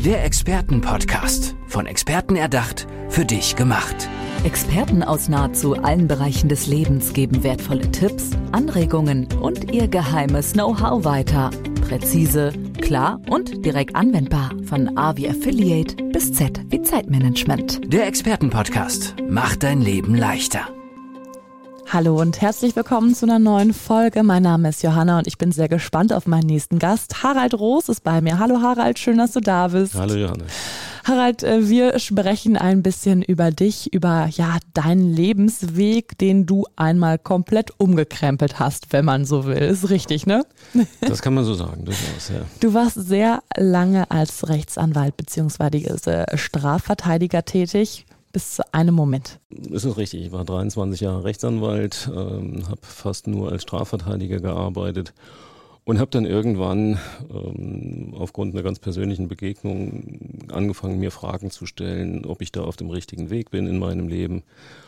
Der Expertenpodcast. Von Experten erdacht, für dich gemacht. Experten aus nahezu allen Bereichen des Lebens geben wertvolle Tipps, Anregungen und ihr geheimes Know-how weiter. Präzise, klar und direkt anwendbar. Von A wie Affiliate bis Z wie Zeitmanagement. Der Expertenpodcast macht dein Leben leichter. Hallo und herzlich willkommen zu einer neuen Folge. Mein Name ist Johanna und ich bin sehr gespannt auf meinen nächsten Gast. Harald Roos ist bei mir. Hallo Harald, schön, dass du da bist. Hallo Johanna. Harald, wir sprechen ein bisschen über dich, über deinen Lebensweg, den du einmal komplett umgekrempelt hast, wenn man so will. Ist richtig, ne? Das kann man so sagen, durchaus, ja. Du warst sehr lange als Rechtsanwalt bzw. Strafverteidiger tätig. Bis zu einem Moment. Das ist richtig. Ich war 23 Jahre Rechtsanwalt, habe fast nur als Strafverteidiger gearbeitet und habe dann irgendwann aufgrund einer ganz persönlichen Begegnung angefangen, mir Fragen zu stellen, ob ich da auf dem richtigen Weg bin in meinem Leben.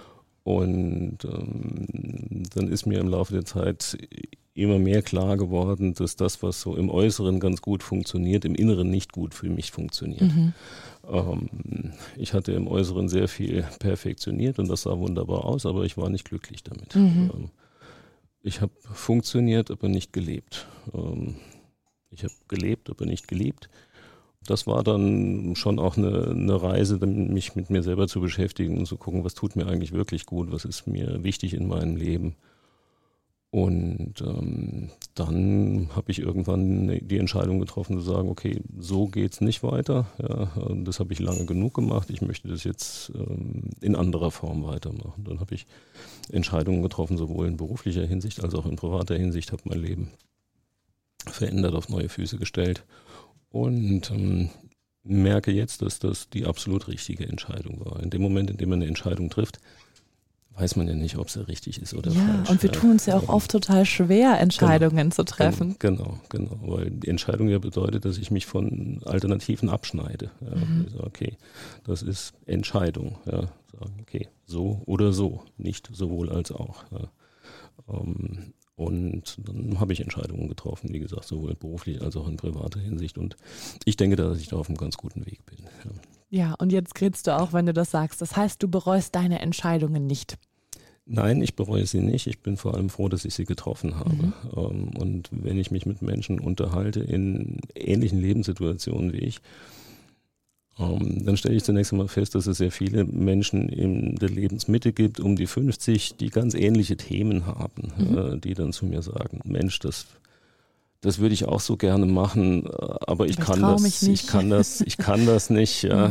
Und dann ist mir im Laufe der Zeit immer mehr klar geworden, dass das, was so im Äußeren ganz gut funktioniert, im Inneren nicht gut für mich funktioniert. Mhm. Ich hatte im Äußeren sehr viel perfektioniert und das sah wunderbar aus, aber ich war nicht glücklich damit. Mhm. Ich habe funktioniert, aber nicht gelebt. Ich habe gelebt, aber nicht geliebt. Das war dann schon auch eine Reise, mich mit mir selber zu beschäftigen und zu gucken, was tut mir eigentlich wirklich gut, was ist mir wichtig in meinem Leben. Und dann habe ich irgendwann die Entscheidung getroffen zu sagen, okay, so geht's nicht weiter. Ja, das habe ich lange genug gemacht. Ich möchte das jetzt in anderer Form weitermachen. Dann habe ich Entscheidungen getroffen, sowohl in beruflicher Hinsicht als auch in privater Hinsicht, habe mein Leben verändert, auf neue Füße gestellt und merke jetzt, dass das die absolut richtige Entscheidung war. In dem Moment, in dem man eine Entscheidung trifft, weiß man ja nicht, ob sie richtig ist oder falsch. Und wir tun uns ja auch oft total schwer, Entscheidungen zu treffen. Genau. Weil die Entscheidung ja bedeutet, dass ich mich von Alternativen abschneide. Ja, ich sage, okay, das ist Entscheidung. Ja, sagen, okay, so oder so, nicht sowohl als auch. Ja. Und dann habe ich Entscheidungen getroffen, wie gesagt, sowohl beruflich als auch in privater Hinsicht. Und ich denke, dass ich da auf einem ganz guten Weg bin. Ja, und jetzt grinst du auch, wenn du das sagst. Das heißt, du bereust deine Entscheidungen nicht. Nein, ich bereue sie nicht. Ich bin vor allem froh, dass ich sie getroffen habe. Und wenn ich mich mit Menschen unterhalte in ähnlichen Lebenssituationen wie ich, dann stelle ich zunächst einmal fest, dass es sehr viele Menschen in der Lebensmitte gibt, um die 50, die ganz ähnliche Themen haben, die dann zu mir sagen, Mensch, das würde ich auch so gerne machen, aber ich kann das nicht. Ja.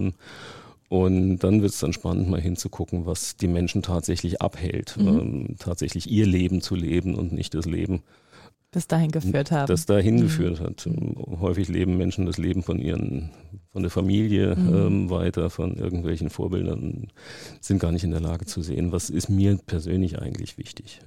Und dann wird es dann spannend, mal hinzugucken, was die Menschen tatsächlich abhält, tatsächlich ihr Leben zu leben und nicht das Leben, das dahin geführt hat. Geführt hat. Häufig leben Menschen das Leben von der Familie weiter, von irgendwelchen Vorbildern, sind gar nicht in der Lage zu sehen, was ist mir persönlich eigentlich wichtig.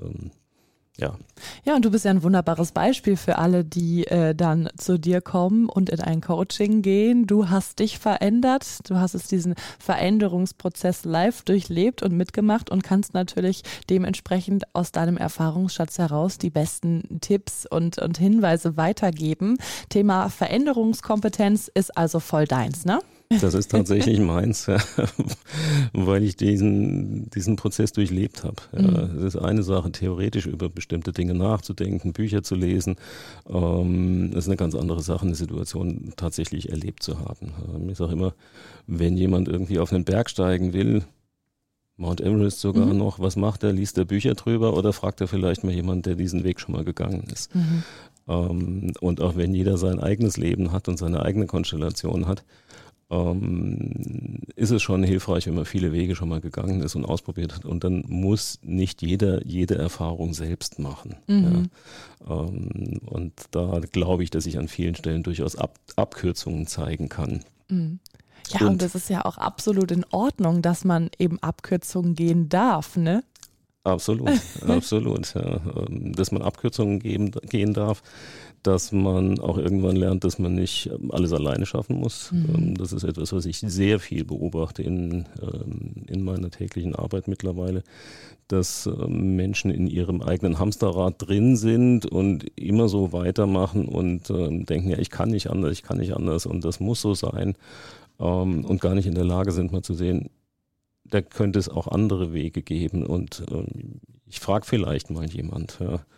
Ja, und du bist ja ein wunderbares Beispiel für alle, die dann zu dir kommen und in ein Coaching gehen. Du hast dich verändert, du hast diesen Veränderungsprozess live durchlebt und mitgemacht und kannst natürlich dementsprechend aus deinem Erfahrungsschatz heraus die besten Tipps und Hinweise weitergeben. Thema Veränderungskompetenz ist also voll deins, ne? Das ist tatsächlich meins, weil ich diesen Prozess durchlebt habe. Ja, es ist eine Sache, theoretisch über bestimmte Dinge nachzudenken, Bücher zu lesen. Es ist eine ganz andere Sache, eine Situation tatsächlich erlebt zu haben. Ich sage immer, wenn jemand irgendwie auf einen Berg steigen will, Mount Everest sogar noch, was macht er? Liest er Bücher drüber oder fragt er vielleicht mal jemanden, der diesen Weg schon mal gegangen ist? Und auch wenn jeder sein eigenes Leben hat und seine eigene Konstellation hat, ist es schon hilfreich, wenn man viele Wege schon mal gegangen ist und ausprobiert hat. Und dann muss nicht jeder jede Erfahrung selbst machen. Ja. Und da glaube ich, dass ich an vielen Stellen durchaus Abkürzungen zeigen kann. Ja, und das ist ja auch absolut in Ordnung, dass man eben Abkürzungen gehen darf, ne? Absolut. Ja. Dass man Abkürzungen gehen darf, dass man auch irgendwann lernt, dass man nicht alles alleine schaffen muss. Das ist etwas, was ich sehr viel beobachte in meiner täglichen Arbeit mittlerweile, dass Menschen in ihrem eigenen Hamsterrad drin sind und immer so weitermachen und denken, ja, ich kann nicht anders und das muss so sein, und gar nicht in der Lage sind, mal zu sehen, da könnte es auch andere Wege geben. Und ich frage vielleicht mal jemand,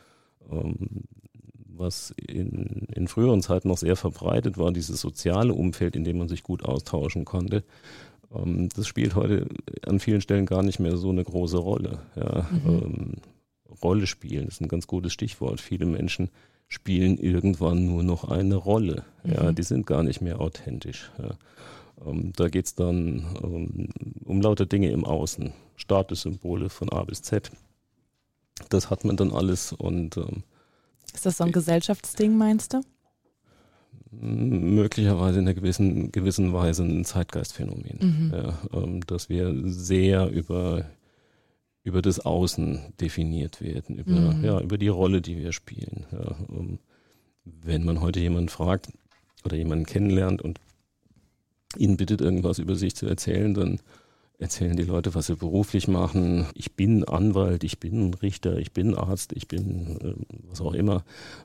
was in früheren Zeiten noch sehr verbreitet war, dieses soziale Umfeld, in dem man sich gut austauschen konnte. Das spielt heute an vielen Stellen gar nicht mehr so eine große Rolle. Ja. Rolle spielen ist ein ganz gutes Stichwort. Viele Menschen spielen irgendwann nur noch eine Rolle. Ja. Die sind gar nicht mehr authentisch. Ja. Da geht es dann um lauter Dinge im Außen, Statussymbole von A bis Z. Das hat man dann alles. Und ist das so ein Gesellschaftsding, meinst du? Möglicherweise in einer gewissen Weise ein Zeitgeistphänomen, dass wir sehr über das Außen definiert werden, über die Rolle, die wir spielen. Ja. Wenn man heute jemanden fragt oder jemanden kennenlernt und ihn bittet, irgendwas über sich zu erzählen, dann erzählen die Leute, was sie beruflich machen. Ich bin Anwalt, ich bin Richter, ich bin Arzt, ich bin was auch immer.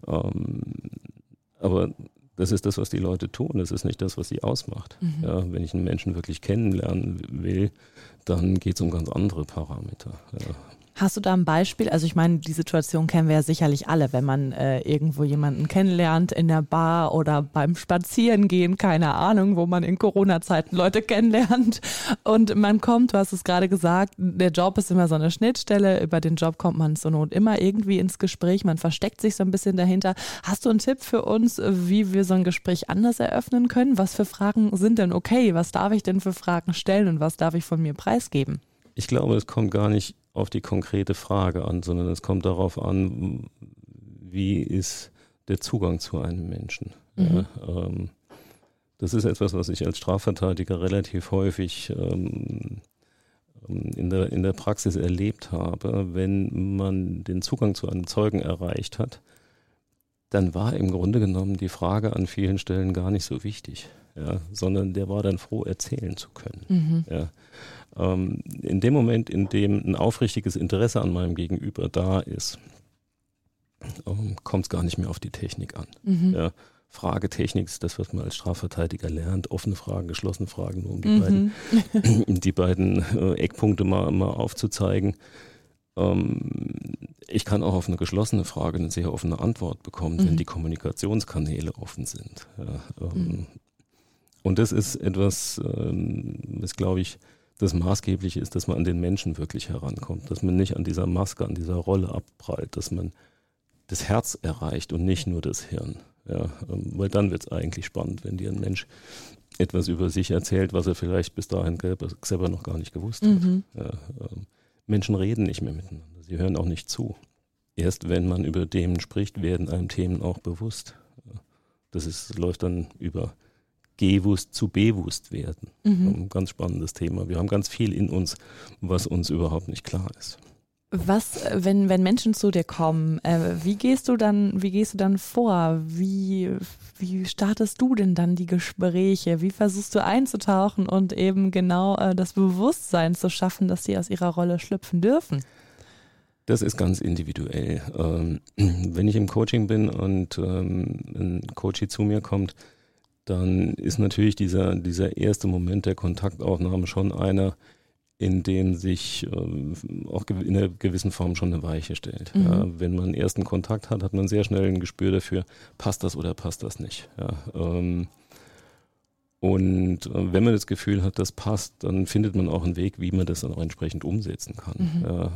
Aber das ist das, was die Leute tun. Das ist nicht das, was sie ausmacht. Ja, wenn ich einen Menschen wirklich kennenlernen will, dann geht es um ganz andere Parameter. Ja. Hast du da ein Beispiel? Also ich meine, die Situation kennen wir ja sicherlich alle, wenn man irgendwo jemanden kennenlernt in der Bar oder beim Spazierengehen, keine Ahnung, wo man in Corona-Zeiten Leute kennenlernt und man kommt, du hast es gerade gesagt, der Job ist immer so eine Schnittstelle, über den Job kommt man zur Not immer irgendwie ins Gespräch, man versteckt sich so ein bisschen dahinter. Hast du einen Tipp für uns, wie wir so ein Gespräch anders eröffnen können? Was für Fragen sind denn okay? Was darf ich denn für Fragen stellen und was darf ich von mir preisgeben? Ich glaube, es kommt gar nicht auf die konkrete Frage an, sondern es kommt darauf an, wie ist der Zugang zu einem Menschen. Ja, das ist etwas, was ich als Strafverteidiger relativ häufig in der Praxis erlebt habe. Wenn man den Zugang zu einem Zeugen erreicht hat, dann war im Grunde genommen die Frage an vielen Stellen gar nicht so wichtig, sondern der war dann froh, erzählen zu können. Ja. In dem Moment, in dem ein aufrichtiges Interesse an meinem Gegenüber da ist, kommt es gar nicht mehr auf die Technik an. Ja. Fragetechnik ist das, was man als Strafverteidiger lernt. Offene Fragen, geschlossene Fragen, nur um die beiden Eckpunkte mal aufzuzeigen. Ich kann auch auf eine geschlossene Frage eine sehr offene Antwort bekommen, wenn die Kommunikationskanäle offen sind. Ja. Und das ist etwas, was, glaube ich, das Maßgebliche ist, dass man an den Menschen wirklich herankommt, dass man nicht an dieser Maske, an dieser Rolle abprallt, dass man das Herz erreicht und nicht nur das Hirn. Ja, weil dann wird es eigentlich spannend, wenn dir ein Mensch etwas über sich erzählt, was er vielleicht bis dahin selber noch gar nicht gewusst hat. Ja, Menschen reden nicht mehr miteinander, sie hören auch nicht zu. Erst wenn man über Themen spricht, werden einem Themen auch bewusst. Das läuft dann über gewusst zu bewusst werden. Ein ganz spannendes Thema. Wir haben ganz viel in uns, was uns überhaupt nicht klar ist. Was, wenn Menschen zu dir kommen, wie gehst du dann vor? Wie startest du denn dann die Gespräche? Wie versuchst du einzutauchen und eben genau das Bewusstsein zu schaffen, dass sie aus ihrer Rolle schlüpfen dürfen? Das ist ganz individuell. Wenn ich im Coaching bin und ein Coachie zu mir kommt, dann ist natürlich dieser erste Moment der Kontaktaufnahme schon einer, in dem sich auch in einer gewissen Form schon eine Weiche stellt. Ja, wenn man einen ersten Kontakt hat, hat man sehr schnell ein Gespür dafür, passt das oder passt das nicht. Ja, und wenn man das Gefühl hat, das passt, dann findet man auch einen Weg, wie man das dann auch entsprechend umsetzen kann. Ja,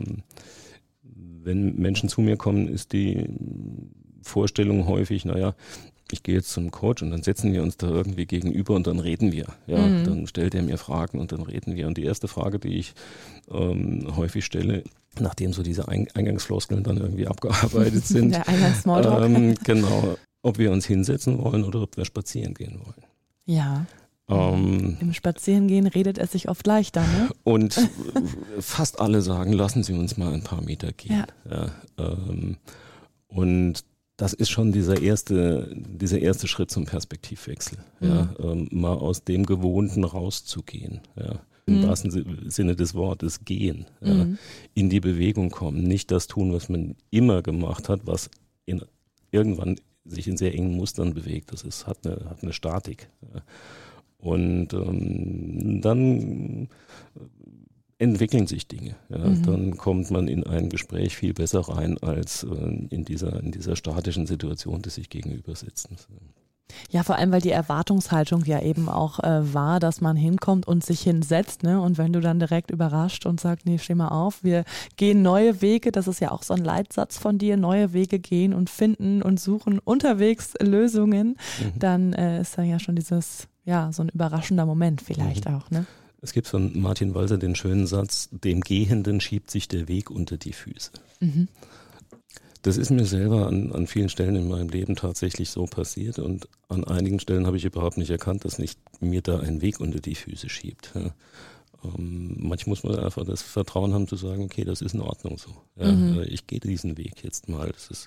wenn Menschen zu mir kommen, ist die Vorstellung häufig, ich gehe jetzt zum Coach und dann setzen wir uns da irgendwie gegenüber und dann reden wir. Ja, dann stellt er mir Fragen und dann reden wir. Und die erste Frage, die ich häufig stelle, nachdem so diese Eingangsfloskeln dann irgendwie abgearbeitet sind, der Eingangs-Smalltalk. Genau, ob wir uns hinsetzen wollen oder ob wir spazieren gehen wollen. Ja. Im Spazierengehen redet es sich oft leichter, ne? Und fast alle sagen, lassen Sie uns mal ein paar Meter gehen. Ja. Ja, und das ist schon dieser erste Schritt zum Perspektivwechsel, mal aus dem Gewohnten rauszugehen, im wahrsten Sinne des Wortes gehen, in die Bewegung kommen, nicht das tun, was man immer gemacht hat, was irgendwann sich in sehr engen Mustern bewegt. Das hat eine Statik. Und dann entwickeln sich Dinge. Dann kommt man in ein Gespräch viel besser rein als in dieser statischen Situation des sich Gegenübersitzens. Ja, vor allem, weil die Erwartungshaltung ja eben auch war, dass man hinkommt und sich hinsetzt, ne? Und wenn du dann direkt überrascht und sagst, nee, steh mal auf, wir gehen neue Wege, das ist ja auch so ein Leitsatz von dir, neue Wege gehen und finden und suchen unterwegs Lösungen, dann ist dann ja schon so ein überraschender Moment vielleicht auch, ne? Es gibt von Martin Walser den schönen Satz, dem Gehenden schiebt sich der Weg unter die Füße. Das ist mir selber an vielen Stellen in meinem Leben tatsächlich so passiert und an einigen Stellen habe ich überhaupt nicht erkannt, dass nicht mir da ein Weg unter die Füße schiebt. Manchmal muss man einfach das Vertrauen haben zu sagen, okay, das ist in Ordnung so. Ich gehe diesen Weg jetzt mal. Das ist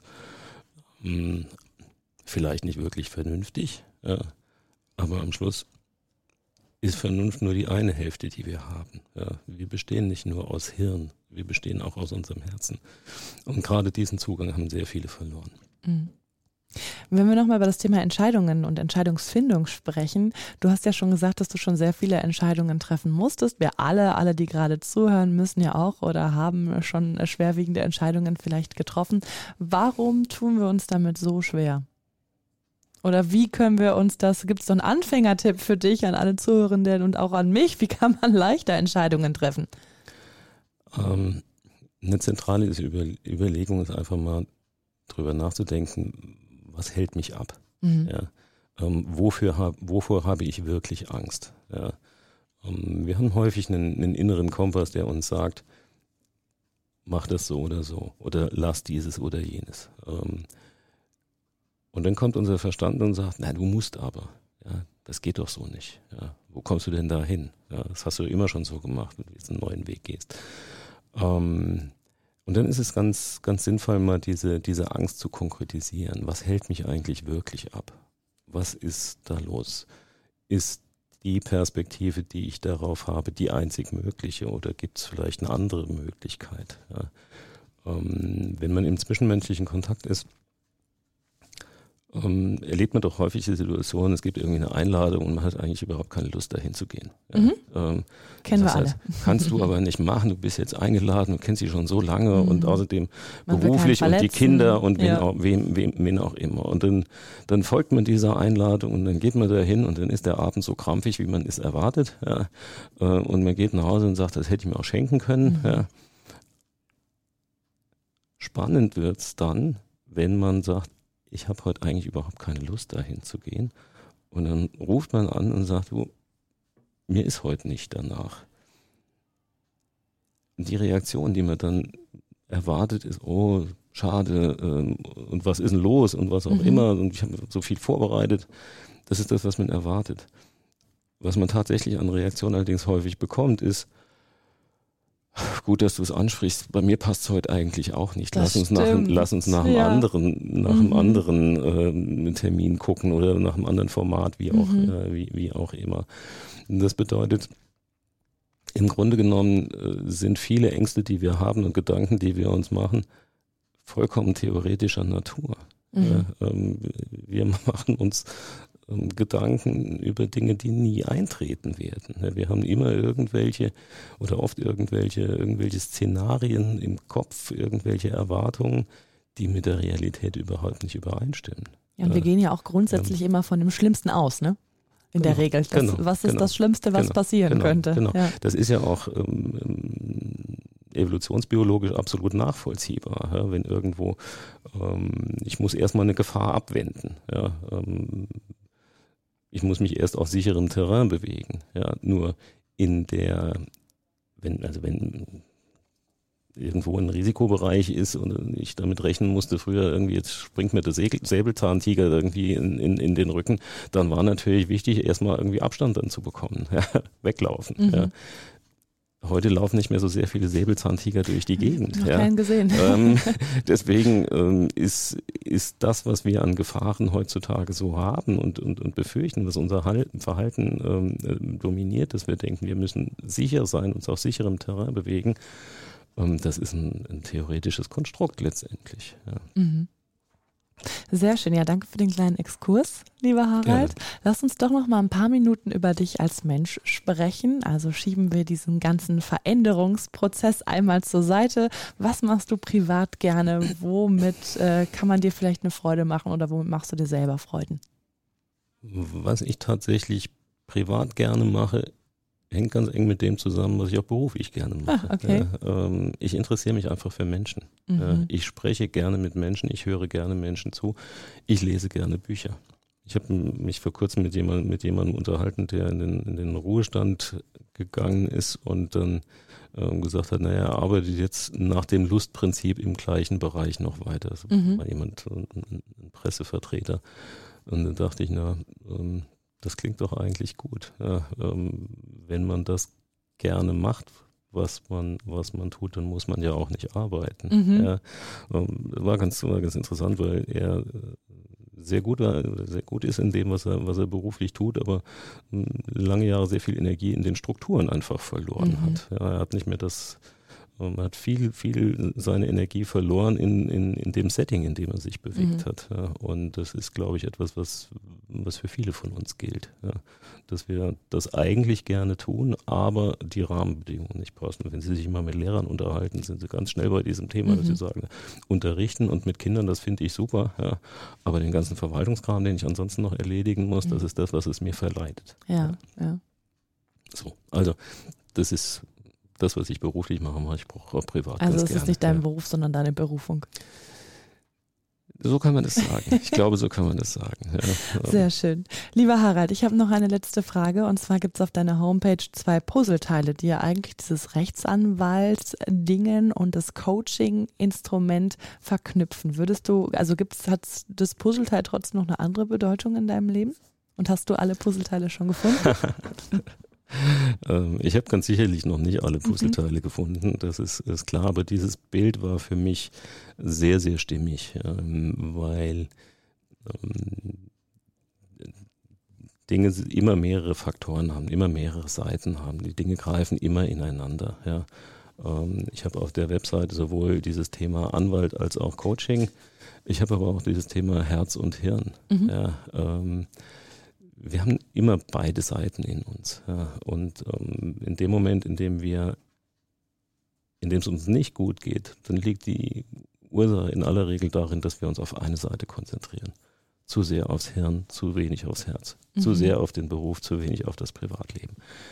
vielleicht nicht wirklich vernünftig, aber am Schluss ist Vernunft nur die eine Hälfte, die wir haben. Wir bestehen nicht nur aus Hirn, wir bestehen auch aus unserem Herzen. Und gerade diesen Zugang haben sehr viele verloren. Wenn wir nochmal über das Thema Entscheidungen und Entscheidungsfindung sprechen, du hast ja schon gesagt, dass du schon sehr viele Entscheidungen treffen musstest. Wir alle, die gerade zuhören, müssen ja auch oder haben schon schwerwiegende Entscheidungen vielleicht getroffen. Warum tun wir uns damit so schwer? Oder wie können wir uns gibt es so einen Anfängertipp für dich, an alle Zuhörenden und auch an mich? Wie kann man leichter Entscheidungen treffen? Eine zentrale Überlegung ist einfach mal drüber nachzudenken, was hält mich ab? Wovor habe ich wirklich Angst? Wir haben häufig einen inneren Kompass, der uns sagt, mach das so oder lass dieses oder jenes. Und dann kommt unser Verstand und sagt, nein, du musst aber. Das geht doch so nicht. Wo kommst du denn da hin? Das hast du immer schon so gemacht, wenn du jetzt einen neuen Weg gehst. Und dann ist es ganz, ganz sinnvoll, mal diese Angst zu konkretisieren. Was hält mich eigentlich wirklich ab? Was ist da los? Ist die Perspektive, die ich darauf habe, die einzig mögliche oder gibt es vielleicht eine andere Möglichkeit? Wenn man im zwischenmenschlichen Kontakt ist, erlebt man doch häufig die Situation, es gibt irgendwie eine Einladung und man hat eigentlich überhaupt keine Lust, dahin zu gehen. Kennen wir alle. Kannst du aber nicht machen, du bist jetzt eingeladen, du kennst sie schon so lange und außerdem beruflich und die Kinder und wen auch immer. Und dann folgt man dieser Einladung und dann geht man dahin und dann ist der Abend so krampfig, wie man es erwartet. Und man geht nach Hause und sagt, das hätte ich mir auch schenken können. Spannend wird's dann, wenn man sagt, ich habe heute eigentlich überhaupt keine Lust, dahin zu gehen. Und dann ruft man an und sagt, du, mir ist heute nicht danach. Und die Reaktion, die man dann erwartet, ist, oh, schade, und was ist denn los und was auch immer. Und ich habe so viel vorbereitet. Das ist das, was man erwartet. Was man tatsächlich an Reaktion allerdings häufig bekommt, ist, gut, dass du es ansprichst. Bei mir passt es heute eigentlich auch nicht. Lass uns nach einem anderen Termin gucken oder nach einem anderen Format, wie auch immer. Das bedeutet, im Grunde genommen sind viele Ängste, die wir haben und Gedanken, die wir uns machen, vollkommen theoretischer Natur. Wir machen uns Gedanken über Dinge, die nie eintreten werden. Wir haben immer irgendwelche Szenarien im Kopf, irgendwelche Erwartungen, die mit der Realität überhaupt nicht übereinstimmen. Ja, und wir gehen ja auch grundsätzlich immer von dem Schlimmsten aus, ne? In der Regel. Was ist das Schlimmste, was passieren könnte? Genau. Ja. Das ist ja auch evolutionsbiologisch absolut nachvollziehbar. Ja? Wenn irgendwo, ich muss erstmal eine Gefahr abwenden. Ja? Ich muss mich erst auf sicherem Terrain bewegen. Ja? Nur wenn irgendwo ein Risikobereich ist und ich damit rechnen musste, früher irgendwie, jetzt springt mir der Säbelzahntiger irgendwie in den Rücken, dann war natürlich wichtig, erstmal irgendwie Abstand dann zu bekommen, weglaufen. Ja. Heute laufen nicht mehr so sehr viele Säbelzahntiger durch die Gegend. Noch keinen gesehen. Deswegen ist das, was wir an Gefahren heutzutage so haben und befürchten, was unser Verhalten dominiert, dass wir denken, wir müssen sicher sein, uns auf sicherem Terrain bewegen, das ist ein theoretisches Konstrukt letztendlich. Ja. Mhm. Sehr schön. Ja, danke für den kleinen Exkurs, lieber Harald. Ja. Lass uns doch noch mal ein paar Minuten über dich als Mensch sprechen. Also schieben wir diesen ganzen Veränderungsprozess einmal zur Seite. Was machst du privat gerne? Womit kann man dir vielleicht eine Freude machen oder womit machst du dir selber Freuden? Was ich tatsächlich privat gerne mache, hängt ganz eng mit dem zusammen, was ich auch beruflich gerne mache. Okay. Ich interessiere mich einfach für Menschen. Ich spreche gerne mit Menschen, ich höre gerne Menschen zu, ich lese gerne Bücher. Ich habe mich vor kurzem mit jemandem unterhalten, der in den Ruhestand gegangen ist und dann gesagt hat, naja, er arbeitet jetzt nach dem Lustprinzip im gleichen Bereich noch weiter. Das war jemand, ein Pressevertreter. Und dann dachte ich, das klingt doch eigentlich gut. Ja, wenn man das gerne macht, was man tut, dann muss man ja auch nicht arbeiten. Ja, war ganz interessant, weil er sehr gut ist in dem, was er beruflich tut, aber lange Jahre sehr viel Energie in den Strukturen einfach verloren hat. Ja, er hat nicht mehr man hat viel seine Energie verloren in dem Setting, in dem er sich bewegt hat. Ja. Und das ist, glaube ich, etwas, was für viele von uns gilt. Ja. Dass wir das eigentlich gerne tun, aber die Rahmenbedingungen nicht passen. Wenn Sie sich mal mit Lehrern unterhalten, sind Sie ganz schnell bei diesem Thema, dass Sie sagen, unterrichten und mit Kindern, das finde ich super. Ja. Aber den ganzen Verwaltungskram, den ich ansonsten noch erledigen muss, das ist das, was es mir verleidet. Ja. So, also das ist das, was ich beruflich mache ich auch privat. Also es ist nicht dein Beruf, sondern deine Berufung. So kann man das sagen. Ich glaube, so kann man das sagen. Ja. Sehr schön. Lieber Harald, ich habe noch eine letzte Frage und zwar gibt es auf deiner Homepage 2 Puzzleteile, die ja eigentlich dieses Rechtsanwaltsdingen und das Coaching-Instrument verknüpfen. Hat das Puzzleteil trotzdem noch eine andere Bedeutung in deinem Leben? Und hast du alle Puzzleteile schon gefunden? Ich habe ganz sicherlich noch nicht alle Puzzleteile gefunden, das ist klar, aber dieses Bild war für mich sehr, sehr stimmig, weil Dinge immer mehrere Faktoren haben, immer mehrere Seiten haben, die Dinge greifen immer ineinander. Ja. Ich habe auf der Webseite sowohl dieses Thema Anwalt als auch Coaching, ich habe aber auch dieses Thema Herz und Hirn. Ja, wir haben immer beide Seiten in uns. Ja. Und in dem Moment, in dem es uns nicht gut geht, dann liegt die Ursache in aller Regel darin, dass wir uns auf eine Seite konzentrieren. Zu sehr aufs Hirn, zu wenig aufs Herz. Zu sehr auf den Beruf, zu wenig auf das Privatleben.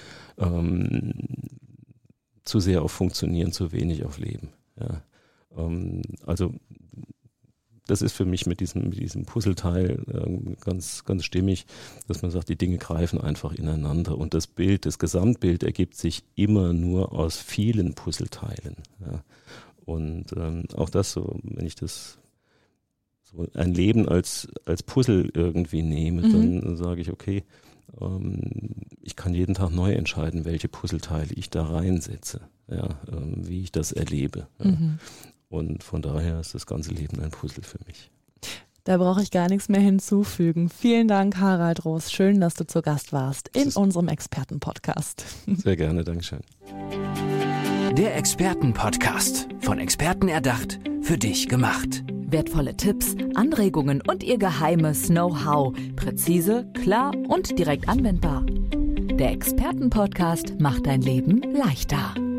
Zu sehr auf Funktionieren, zu wenig auf Leben. Ja. Also das ist für mich mit diesem Puzzleteil ganz, ganz stimmig, dass man sagt, die Dinge greifen einfach ineinander und das Gesamtbild ergibt sich immer nur aus vielen Puzzleteilen. Ja. Und auch das so, wenn ich das so ein Leben als Puzzle irgendwie nehme, dann sage ich, okay, ich kann jeden Tag neu entscheiden, welche Puzzleteile ich da reinsetze, ja, wie ich das erlebe. Ja. Und von daher ist das ganze Leben ein Puzzle für mich. Da brauche ich gar nichts mehr hinzufügen. Vielen Dank, Harald Roos. Schön, dass du zu Gast warst in unserem Expertenpodcast. Sehr gerne, Dankeschön. Der Expertenpodcast. Von Experten erdacht, für dich gemacht. Wertvolle Tipps, Anregungen und ihr geheimes Know-how. Präzise, klar und direkt anwendbar. Der Expertenpodcast macht dein Leben leichter.